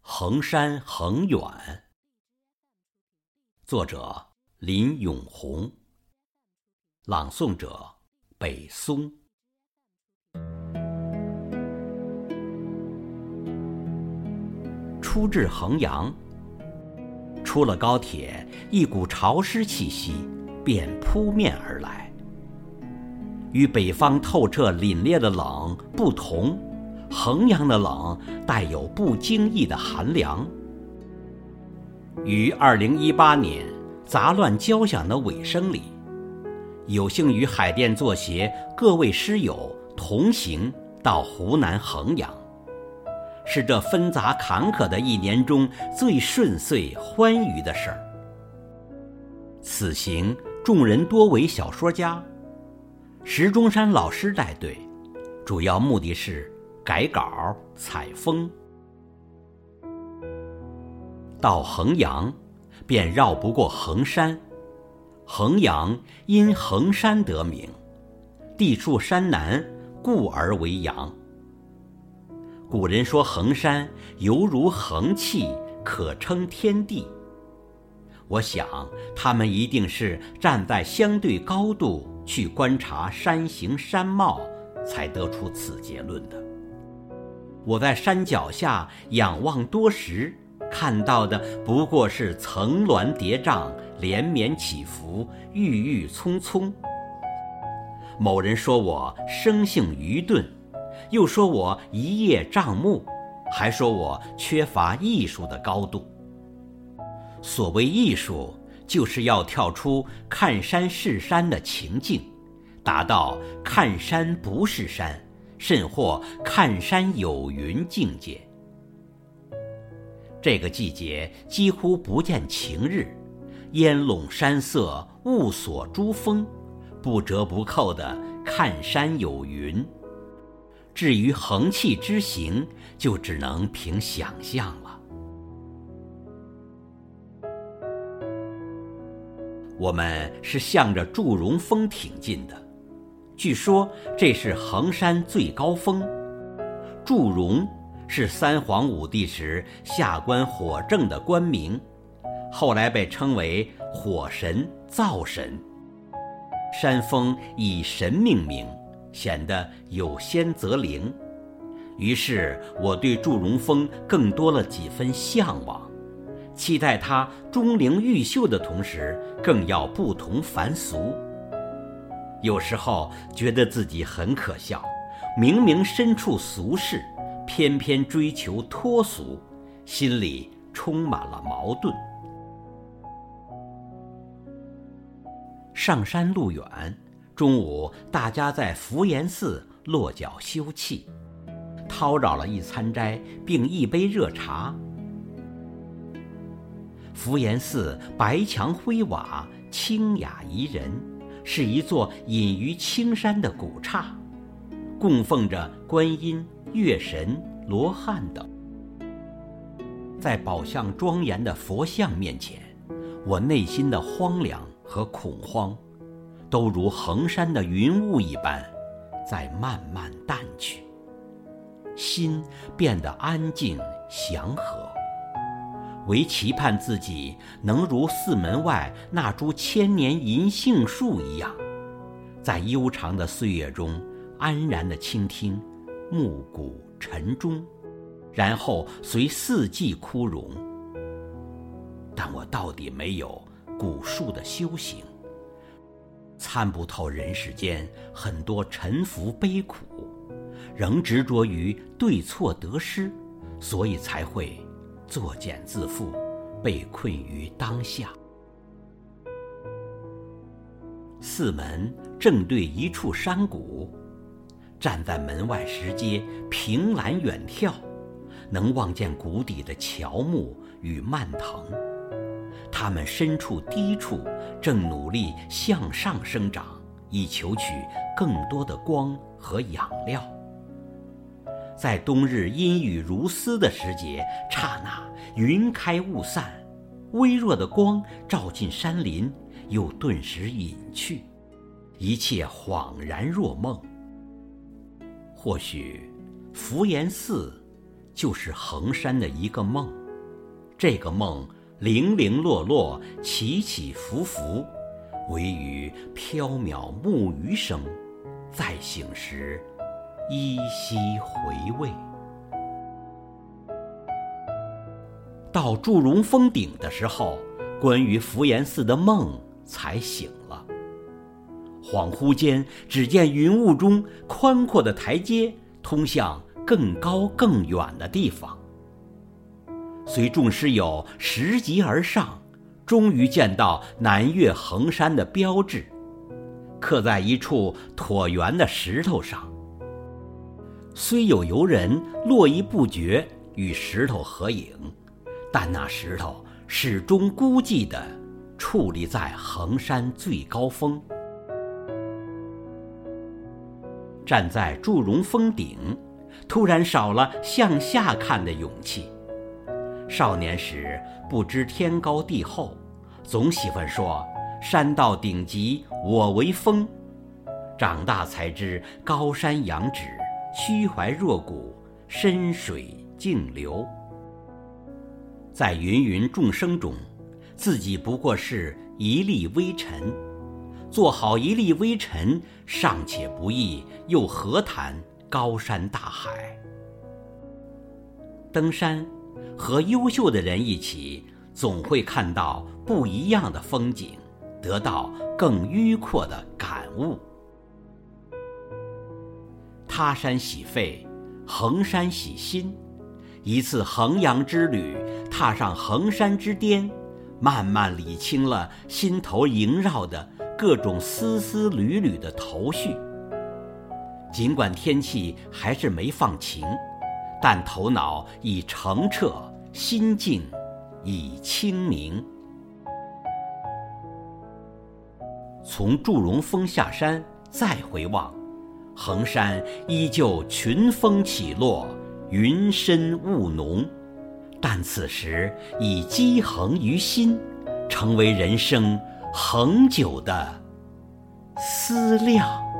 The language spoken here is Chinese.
衡山衡远。作者林永红，朗诵者北松。初至衡阳，出了高铁，一股潮湿气息便扑面而来。与北方透彻凛冽的冷不同，衡阳的冷带有不经意的寒凉。于2018年杂乱交响的尾声里，有幸与海淀作协各位师友同行到湖南衡阳，是这纷杂坎坷的一年中最顺遂欢愉的事儿。此行众人多为小说家，石钟山老师带队，主要目的是改稿采风。到衡阳便绕不过衡山，衡阳因衡山得名，地处山南，故而为阳。古人说衡山犹如衡气，可称天地。我想他们一定是站在相对高度去观察山形山貌，才得出此结论的。我在山脚下仰望多时，看到的不过是层峦叠嶂，连绵起伏，郁郁葱葱。某人说我生性愚钝，又说我一叶障目，还说我缺乏艺术的高度。所谓艺术，就是要跳出看山是山的情境，达到看山不是山，甚或看山有云境界。这个季节几乎不见晴日，烟笼山色，雾锁珠峰，不折不扣的看山有云。至于衡气之行，就只能凭想象了。我们是向着祝融峰挺进的，据说这是衡山最高峰。祝融是三皇五帝时下官火正的官名，后来被称为火神、灶神。山峰以神命名，显得有仙则灵，于是我对祝融峰更多了几分向往，期待它钟灵毓秀的同时，更要不同凡俗。有时候觉得自己很可笑，明明身处俗世，偏偏追求脱俗，心里充满了矛盾。上山路远，中午大家在福岩寺落脚休憩，叨扰了一餐斋并一杯热茶。福岩寺白墙灰瓦，清雅宜人，是一座隐于青山的古刹，供奉着观音、月神、罗汉等。在宝相庄严的佛像面前，我内心的荒凉和恐慌都如衡山的云雾一般在慢慢淡去，心变得安静祥和，唯期盼自己能如寺门外那株千年银杏树一样，在悠长的岁月中安然地倾听暮鼓晨钟，然后随四季枯荣。但我到底没有古树的修行，参不透人世间很多沉浮悲苦，仍执着于对错得失，所以才会作茧自缚，被困于当下。寺门正对一处山谷，站在门外石阶，凭栏远眺，能望见谷底的乔木与蔓藤，它们身处低处，正努力向上生长，以求取更多的光和养料。在冬日阴雨如丝的时节，刹那云开雾散，微弱的光照进山林，又顿时隐去，一切恍然若梦。或许福岩寺就是衡山的一个梦。这个梦零零落落，起起伏伏，唯余缥缈木鱼声，再醒时依稀回味。到祝融峰顶的时候，关于福岩寺的梦才醒了。恍惚间，只见云雾中宽阔的台阶通向更高更远的地方。随众师友拾级而上，终于见到南岳衡山的标志，刻在一处椭圆的石头上。虽有游人络绎不绝与石头合影，但那石头始终孤寂地矗立在衡山最高峰。站在祝融峰顶，突然少了向下看的勇气。少年时不知天高地厚，总喜欢说山到顶极我为峰。长大才知高山仰止，虚怀若谷，深水静流。在芸芸众生中，自己不过是一粒微尘，做好一粒微尘尚且不易，又何谈高山大海？登山和优秀的人一起，总会看到不一样的风景，得到更迂阔的感悟。他山洗肺，衡山洗心。一次衡阳之旅，踏上衡山之巅，慢慢理清了心头萦绕的各种丝丝缕缕的头绪。尽管天气还是没放晴，但头脑已澄澈，心境已清明。从祝融峰下山，再回望，衡山依旧群峰起落，云深雾浓，但此时已积衡于心，成为人生恒久的思量。